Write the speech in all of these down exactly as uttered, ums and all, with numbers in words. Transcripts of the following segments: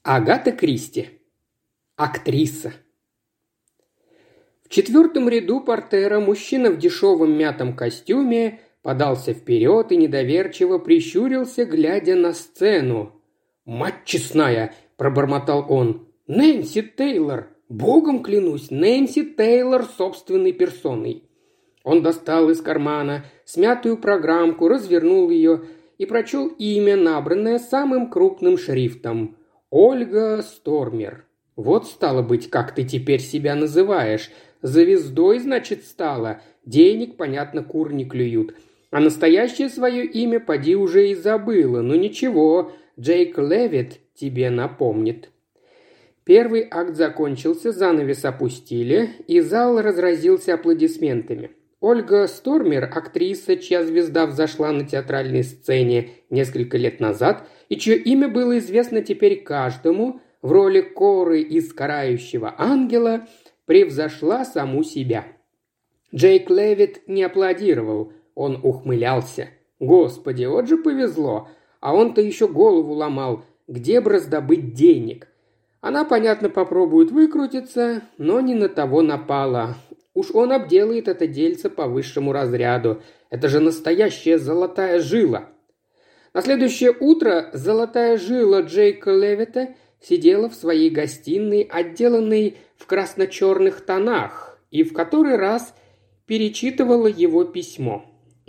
Агата Кристи. Актриса. В четвертом ряду портера мужчина в дешевом мятом костюме подался вперед и недоверчиво прищурился, глядя на сцену. «Мать честная!» – пробормотал он. «Нэнси Тейлор! Богом клянусь, Нэнси Тейлор собственной персоной!» Он достал из кармана смятую программку, развернул ее и прочел имя, набранное самым крупным шрифтом. «Ольга Стормер». «Вот, стало быть, как ты теперь себя называешь. Звездой, значит, стала. Денег, понятно, кур не клюют. А настоящее свое имя поди уже и забыла. Но ничего, Джейк Левитт тебе напомнит». Первый акт закончился, занавес опустили, и зал разразился аплодисментами. Ольга Стормер, актриса, чья звезда взошла на театральной сцене несколько лет назад и чье имя было известно теперь каждому, в роли Коры из «Карающего ангела», превзошла саму себя. Джейк Левитт не аплодировал, он ухмылялся. Господи, вот же повезло, а он-то еще голову ломал, где бы раздобыть денег. Она, понятно, попробует выкрутиться, но не на того напала. Уж он обделает это дельце по высшему разряду. Это же настоящая золотая жила. На следующее утро золотая жила Джейка Левитта сидела в своей гостиной, отделанной в красно-черных тонах, и в который раз перечитывала его письмо.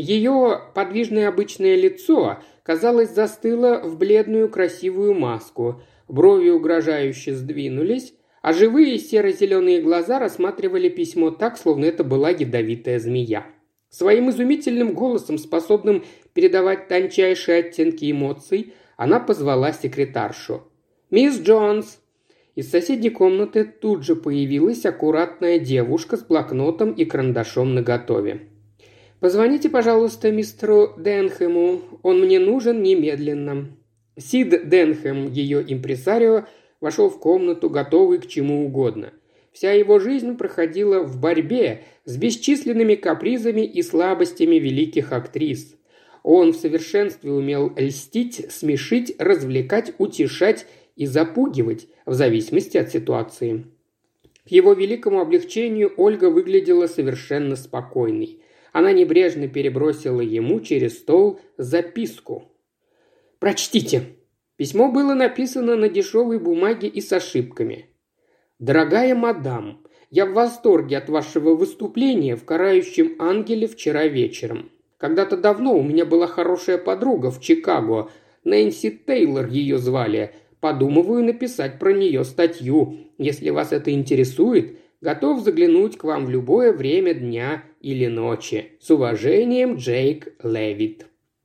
Ее подвижное обычное лицо, казалось, застыло в бледную красивую маску, брови угрожающе сдвинулись, а живые серо-зеленые глаза рассматривали письмо так, словно это была ядовитая змея. Своим изумительным голосом, способным передавать тончайшие оттенки эмоций, она позвала секретаршу. «Мисс Джонс!» Из соседней комнаты тут же появилась аккуратная девушка с блокнотом и карандашом наготове. «Позвоните, пожалуйста, мистеру Денхэму. Он мне нужен немедленно». Сид Денхэм, ее импресарио, вошел в комнату, готовый к чему угодно. Вся его жизнь проходила в борьбе с бесчисленными капризами и слабостями великих актрис. Он в совершенстве умел льстить, смешить, развлекать, утешать и запугивать, в зависимости от ситуации. К его великому облегчению Ольга выглядела совершенно спокойной. Она небрежно перебросила ему через стол записку. «Прочтите». Письмо было написано на дешевой бумаге и с ошибками. «Дорогая мадам, я в восторге от вашего выступления в «Карающем ангеле» вчера вечером. Когда-то давно у меня была хорошая подруга в Чикаго, Нэнси Тейлор ее звали. Подумываю написать про нее статью. Если вас это интересует, готов заглянуть к вам в любое время дня или ночи. С уважением, Джейк Левитт».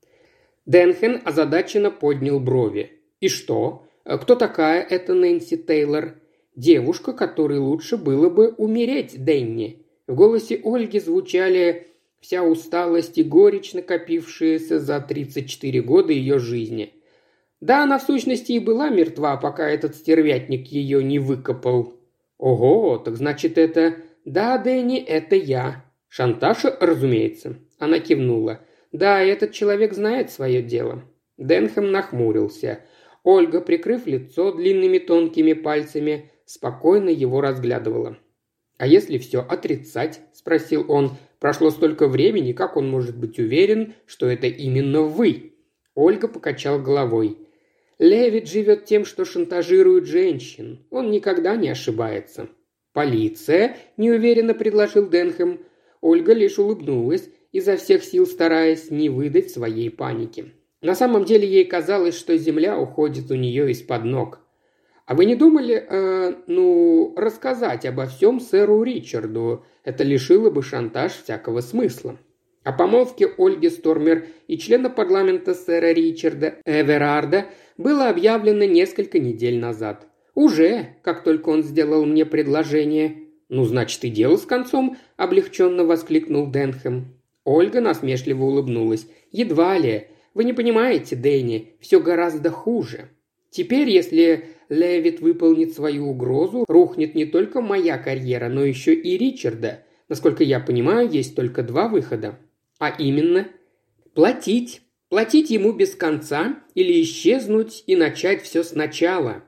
Денхэм озадаченно поднял брови. «И что? Кто такая эта Нэнси Тейлор?» «Девушка, которой лучше было бы умереть, Дэнни». В голосе Ольги звучали вся усталость и горечь, накопившаяся за тридцать четыре года ее жизни. Да, она в сущности и была мертва, пока этот стервятник ее не выкопал. «Ого, так значит это...» «Да, Дэнни, это я». «Шантаж, разумеется». Она кивнула. «Да, этот человек знает свое дело». Денхэм нахмурился. Ольга, прикрыв лицо длинными тонкими пальцами, спокойно его разглядывала. «А если все отрицать?» – спросил он. «Прошло столько времени, как он может быть уверен, что это именно вы?» Ольга покачала головой. «Левитт живет тем, что шантажирует женщин. Он никогда не ошибается». «Полиция?» – неуверенно предложил Денхэм. Ольга лишь улыбнулась, изо всех сил стараясь не выдать своей паники. На самом деле ей казалось, что земля уходит у нее из-под ног. «А вы не думали, э, ну, рассказать обо всем сэру Ричарду? Это лишило бы шантаж всякого смысла». О помолвке Ольги Стормер и члена парламента сэра Ричарда Эверарда было объявлено несколько недель назад. «Уже, как только он сделал мне предложение». «Ну, значит, и дело с концом», – облегченно воскликнул Денхэм. Ольга насмешливо улыбнулась. «Едва ли. Вы не понимаете, Дэнни, все гораздо хуже. Теперь, если Левитт выполнит свою угрозу, рухнет не только моя карьера, но еще и Ричарда. Насколько я понимаю, есть только два выхода. А именно, платить. Платить ему без конца или исчезнуть и начать все сначала.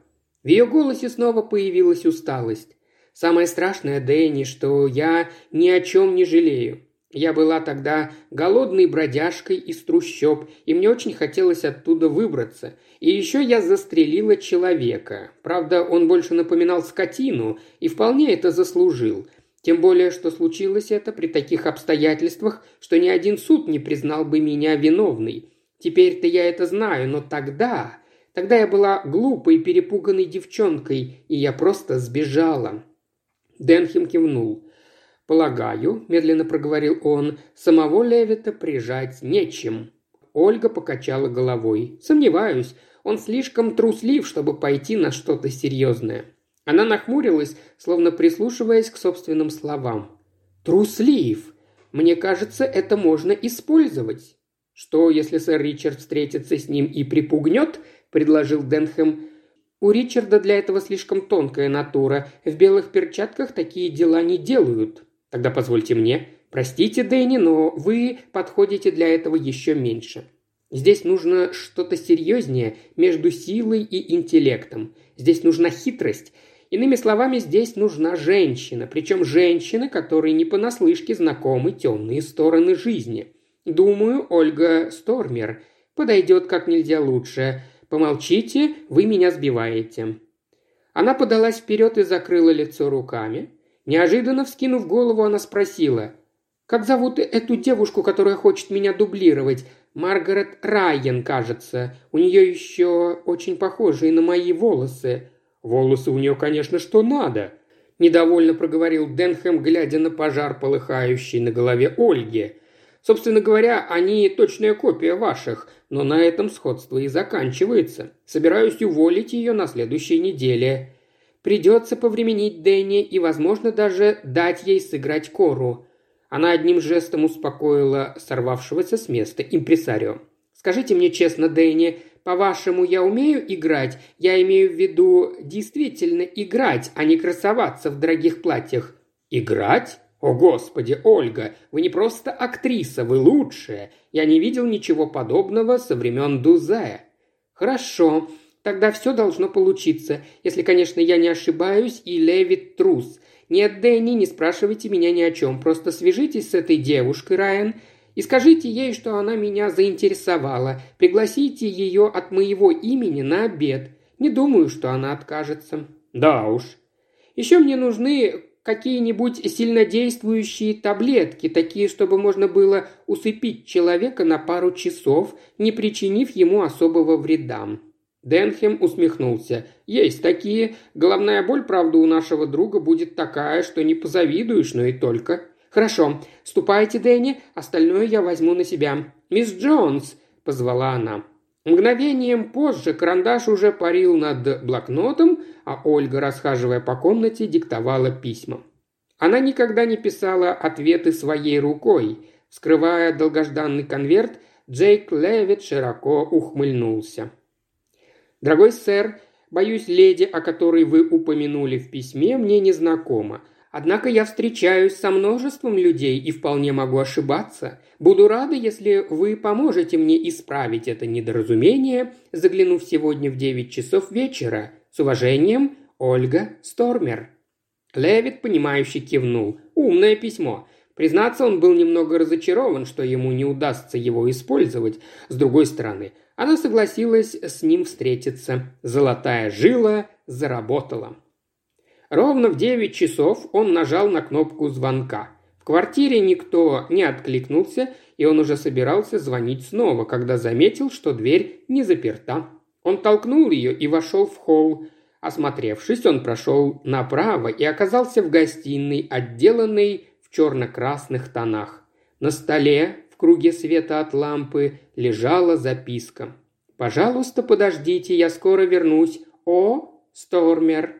В ее голосе снова появилась усталость. «Самое страшное, Дэнни, что я ни о чем не жалею. Я была тогда голодной бродяжкой из трущоб, и мне очень хотелось оттуда выбраться. И еще я застрелила человека. Правда, он больше напоминал скотину, и вполне это заслужил. Тем более, что случилось это при таких обстоятельствах, что ни один суд не признал бы меня виновной. Теперь-то я это знаю, но тогда... Тогда я была глупой, перепуганной девчонкой, и я просто сбежала». Денхэм кивнул. «Полагаю», – медленно проговорил он, – «самого Левита прижать нечем». Ольга покачала головой. «Сомневаюсь, он слишком труслив, чтобы пойти на что-то серьезное». Она нахмурилась, словно прислушиваясь к собственным словам. «Труслив! Мне кажется, это можно использовать». «Что, если сэр Ричард встретится с ним и припугнет?» – предложил Денхэм. «У Ричарда для этого слишком тонкая натура. В белых перчатках такие дела не делают». «Тогда позвольте мне. Простите, Дэнни, но вы подходите для этого еще меньше. Здесь нужно что-то серьезнее между силой и интеллектом. Здесь нужна хитрость. Иными словами, здесь нужна женщина. Причем женщина, которой не понаслышке знакомы темные стороны жизни. Думаю, Ольга Стормер подойдет как нельзя лучше. Помолчите, вы меня сбиваете». Она подалась вперед и закрыла лицо руками. Неожиданно вскинув голову, она спросила: «Как зовут эту девушку, которая хочет меня дублировать? Маргарет Райан, кажется. У нее еще очень похожие на мои волосы». «Волосы у нее, конечно, что надо», – недовольно проговорил Денхэм, глядя на пожар, полыхающий на голове Ольги. «Собственно говоря, они точная копия ваших, но на этом сходство и заканчивается. Собираюсь уволить ее на следующей неделе. Придется повременить Дэнни и, возможно, даже дать ей сыграть Кору». Она одним жестом успокоила сорвавшегося с места импресарио. «Скажите мне честно, Дэнни, по-вашему, я умею играть? Я имею в виду действительно играть, а не красоваться в дорогих платьях». «Играть? О, Господи, Ольга, вы не просто актриса, вы лучшая. Я не видел ничего подобного со времен Дузе». «Хорошо, тогда все должно получиться, если, конечно, я не ошибаюсь и Левит трус. Нет, Дэнни, не спрашивайте меня ни о чем, просто свяжитесь с этой девушкой, Райан, и скажите ей, что она меня заинтересовала. Пригласите ее от моего имени на обед. Не думаю, что она откажется». «Да уж». «Еще мне нужны какие-нибудь сильнодействующие таблетки, такие, чтобы можно было усыпить человека на пару часов, не причинив ему особого вреда». Денхэм усмехнулся. «Есть такие. Головная боль, правда, у нашего друга будет такая, что не позавидуешь, но и только». «Хорошо. Ступайте, Дэнни, остальное я возьму на себя». «Мисс Джонс», – позвала она. Мгновением позже карандаш уже парил над блокнотом, а Ольга, расхаживая по комнате, диктовала письма. Она никогда не писала ответы своей рукой. Вскрывая долгожданный конверт, Джейк Левит широко ухмыльнулся. «Дорогой сэр, боюсь, леди, о которой вы упомянули в письме, мне не знакома. Однако я встречаюсь со множеством людей и вполне могу ошибаться. Буду рада, если вы поможете мне исправить это недоразумение, заглянув сегодня в девять часов вечера. С уважением, Ольга Стормер». Левит, понимающе кивнул. Умное письмо. Признаться, он был немного разочарован, что ему не удастся его использовать. С другой стороны, она согласилась с ним встретиться. Золотая жила заработала. Ровно в девять часов он нажал на кнопку звонка. В квартире никто не откликнулся, и он уже собирался звонить снова, когда заметил, что дверь не заперта. Он толкнул ее и вошел в холл. Осмотревшись, он прошел направо и оказался в гостиной, отделанной в черно-красных тонах. На столе, в круге света от лампы, лежала записка. «Пожалуйста, подождите, я скоро вернусь. О, Стормер».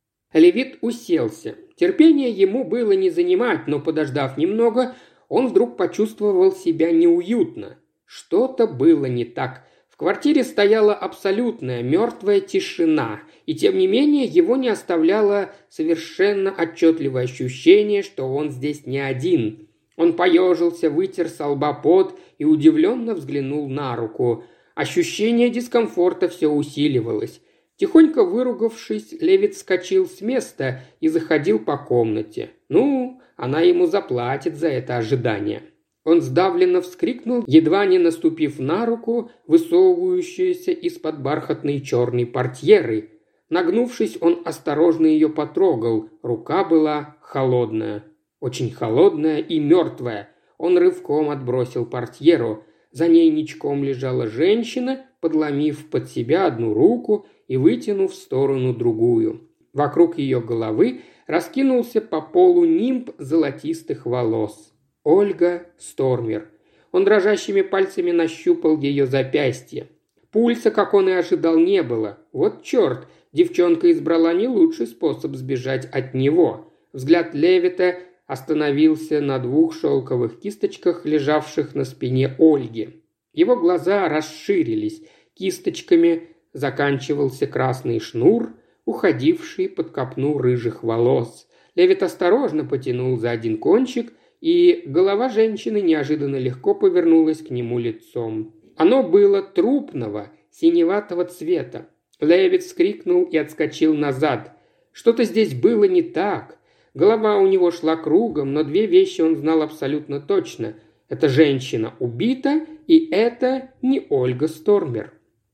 Левит уселся. Терпения ему было не занимать, но, подождав немного, он вдруг почувствовал себя неуютно. Что-то было не так. В квартире стояла абсолютная мертвая тишина, и тем не менее его не оставляло совершенно отчетливое ощущение, что он здесь не один. Он поежился, вытер со лба пот и удивленно взглянул на руку. Ощущение дискомфорта все усиливалось. Тихонько выругавшись, Левит вскочил с места и заходил по комнате. Ну, она ему заплатит за это ожидание. Он сдавленно вскрикнул, едва не наступив на руку, высовывающуюся из-под бархатной черной портьеры. Нагнувшись, он осторожно ее потрогал. Рука была холодная. Очень холодная и мертвая. Он рывком отбросил портьеру. За ней ничком лежала женщина, подломив под себя одну руку и вытянув в сторону другую. Вокруг ее головы раскинулся по полу нимб золотистых волос. Ольга Стормер. Он дрожащими пальцами нащупал ее запястье. Пульса, как он и ожидал, не было. Вот черт, девчонка избрала не лучший способ сбежать от него. Взгляд Левита остановился на двух шелковых кисточках, лежавших на спине Ольги. Его глаза расширились. Кисточками заканчивался красный шнур, уходивший под копну рыжих волос. Левит осторожно потянул за один кончик, и голова женщины неожиданно легко повернулась к нему лицом. Оно было трупного, синеватого цвета. Левит вскрикнул и отскочил назад. Что-то здесь было не так. Голова у него шла кругом, но две вещи он знал абсолютно точно. Эта женщина убита, и это не Ольга Стормер.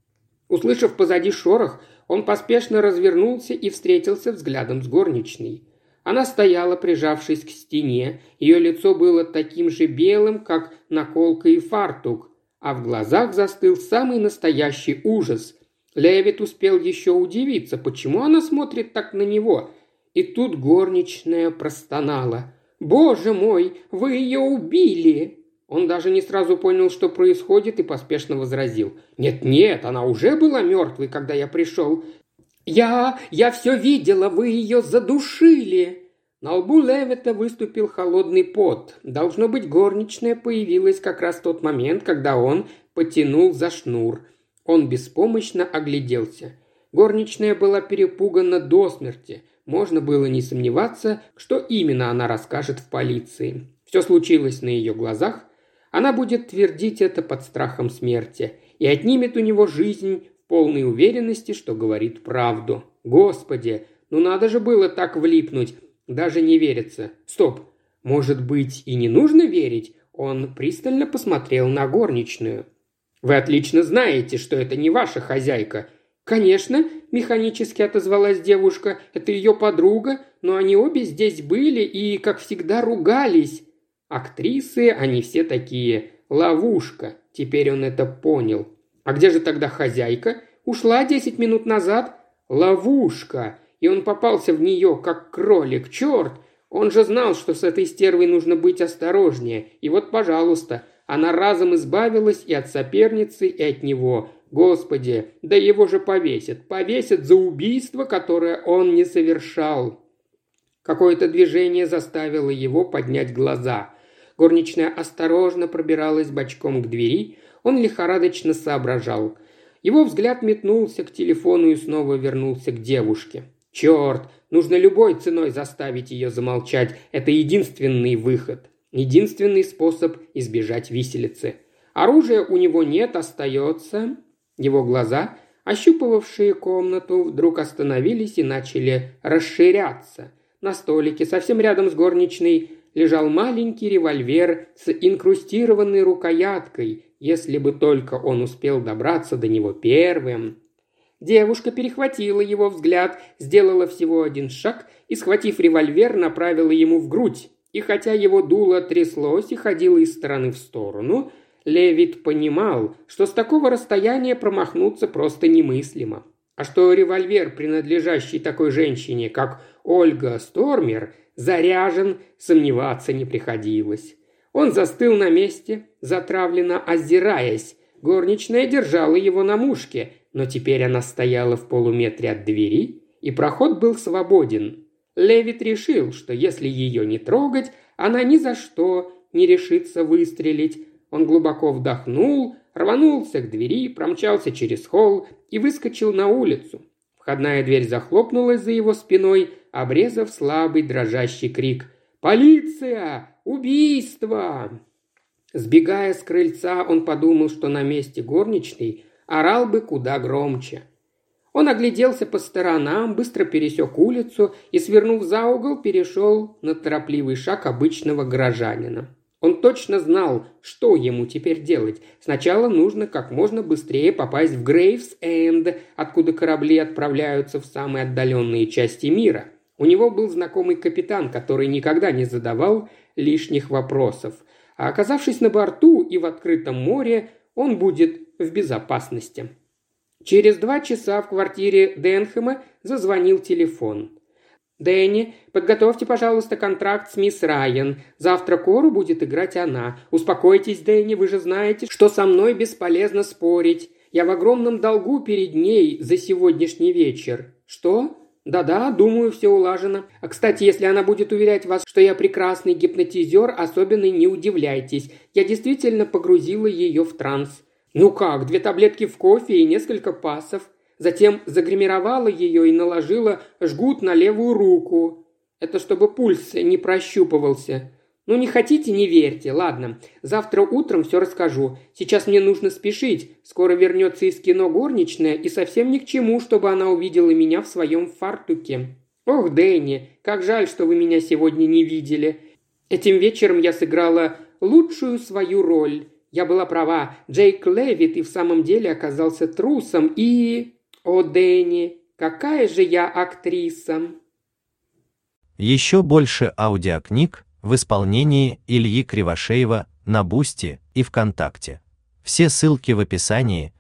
Услышав позади шорох, он поспешно развернулся и встретился взглядом с горничной. Она стояла, прижавшись к стене, ее лицо было таким же белым, как наколка и фартук, а в глазах застыл самый настоящий ужас. Левит успел еще удивиться, почему она смотрит так на него, и тут горничная простонала. «Боже мой, вы ее убили!» Он даже не сразу понял, что происходит, и поспешно возразил. «Нет-нет, она уже была мертвой, когда я пришел. Я... я все видела, вы ее задушили!» На лбу Левита выступил холодный пот. Должно быть, горничная появилась как раз в тот момент, когда он потянул за шнур. Он беспомощно огляделся. Горничная была перепугана до смерти. Можно было не сомневаться, что именно она расскажет в полиции. Все случилось на ее глазах. Она будет твердить это под страхом смерти и отнимет у него жизнь в полной уверенности, что говорит правду. Господи, ну надо же было так влипнуть, даже не верится. Стоп, может быть и не нужно верить? Он пристально посмотрел на горничную. Вы отлично знаете, что это не ваша хозяйка. Конечно, механически отозвалась девушка, это ее подруга, но они обе здесь были и, как всегда, ругались. Актрисы, они все такие. Ловушка. Теперь он это понял. А где же тогда хозяйка? Ушла десять минут назад. Ловушка. И он попался в нее, как кролик. Черт! Он же знал, что с этой стервой нужно быть осторожнее. И вот, пожалуйста, она разом избавилась и от соперницы, и от него. Господи, да его же повесят. Повесят за убийство, которое он не совершал. Какое-то движение заставило его поднять глаза. Горничная осторожно пробиралась бочком к двери. Он лихорадочно соображал. Его взгляд метнулся к телефону и снова вернулся к девушке. Черт, нужно любой ценой заставить ее замолчать. Это единственный выход. Единственный способ избежать виселицы. Оружия у него нет, остается... Его глаза, ощупывавшие комнату, вдруг остановились и начали расширяться. На столике, совсем рядом с горничной, лежал маленький револьвер с инкрустированной рукояткой, если бы только он успел добраться до него первым. Девушка перехватила его взгляд, сделала всего один шаг и, схватив револьвер, направила ему в грудь. И хотя его дуло тряслось и ходило из стороны в сторону, Левит понимал, что с такого расстояния промахнуться просто немыслимо. А что револьвер, принадлежащий такой женщине, как Ольга Стормер, заряжен, сомневаться не приходилось. Он застыл на месте, затравленно озираясь. Горничная держала его на мушке, но теперь она стояла в полуметре от двери, и проход был свободен. Левит решил, что если ее не трогать, она ни за что не решится выстрелить. Он глубоко вдохнул, рванулся к двери, промчался через холл и выскочил на улицу. Входная дверь захлопнулась за его спиной, обрезав слабый дрожащий крик. «Полиция! Убийство!» Сбегая с крыльца, он подумал, что на месте горничной орал бы куда громче. Он огляделся по сторонам, быстро пересек улицу и, свернув за угол, перешел на торопливый шаг обычного горожанина. Он точно знал, что ему теперь делать. Сначала нужно как можно быстрее попасть в Грейвс-Энд, откуда корабли отправляются в самые отдаленные части мира. У него был знакомый капитан, который никогда не задавал лишних вопросов. А оказавшись на борту и в открытом море, он будет в безопасности. Через два часа в квартире Денхэма зазвонил телефон. «Дэнни, подготовьте, пожалуйста, контракт с мисс Райан. Завтра Кору будет играть она. Успокойтесь, Дэнни, вы же знаете, что со мной бесполезно спорить. Я в огромном долгу перед ней за сегодняшний вечер». «Что?» «Да-да, думаю, все улажено. А, кстати, если она будет уверять вас, что я прекрасный гипнотизер, особенно не удивляйтесь. Я действительно погрузила ее в транс». «Ну как, две таблетки в кофе и несколько пассов. Затем загримировала ее и наложила жгут на левую руку. Это чтобы пульс не прощупывался. Ну, не хотите, не верьте. Ладно, завтра утром все расскажу. Сейчас мне нужно спешить. Скоро вернется из кино горничная, и совсем ни к чему, чтобы она увидела меня в своем фартуке. Ох, Дэнни, как жаль, что вы меня сегодня не видели. Этим вечером я сыграла лучшую свою роль. Я была права. Джейк Левит и в самом деле оказался трусом и... О, Дэнни, какая же я актриса!» Еще больше аудиокниг в исполнении Ильи Кривошеева на Бусти и ВКонтакте. Все ссылки в описании.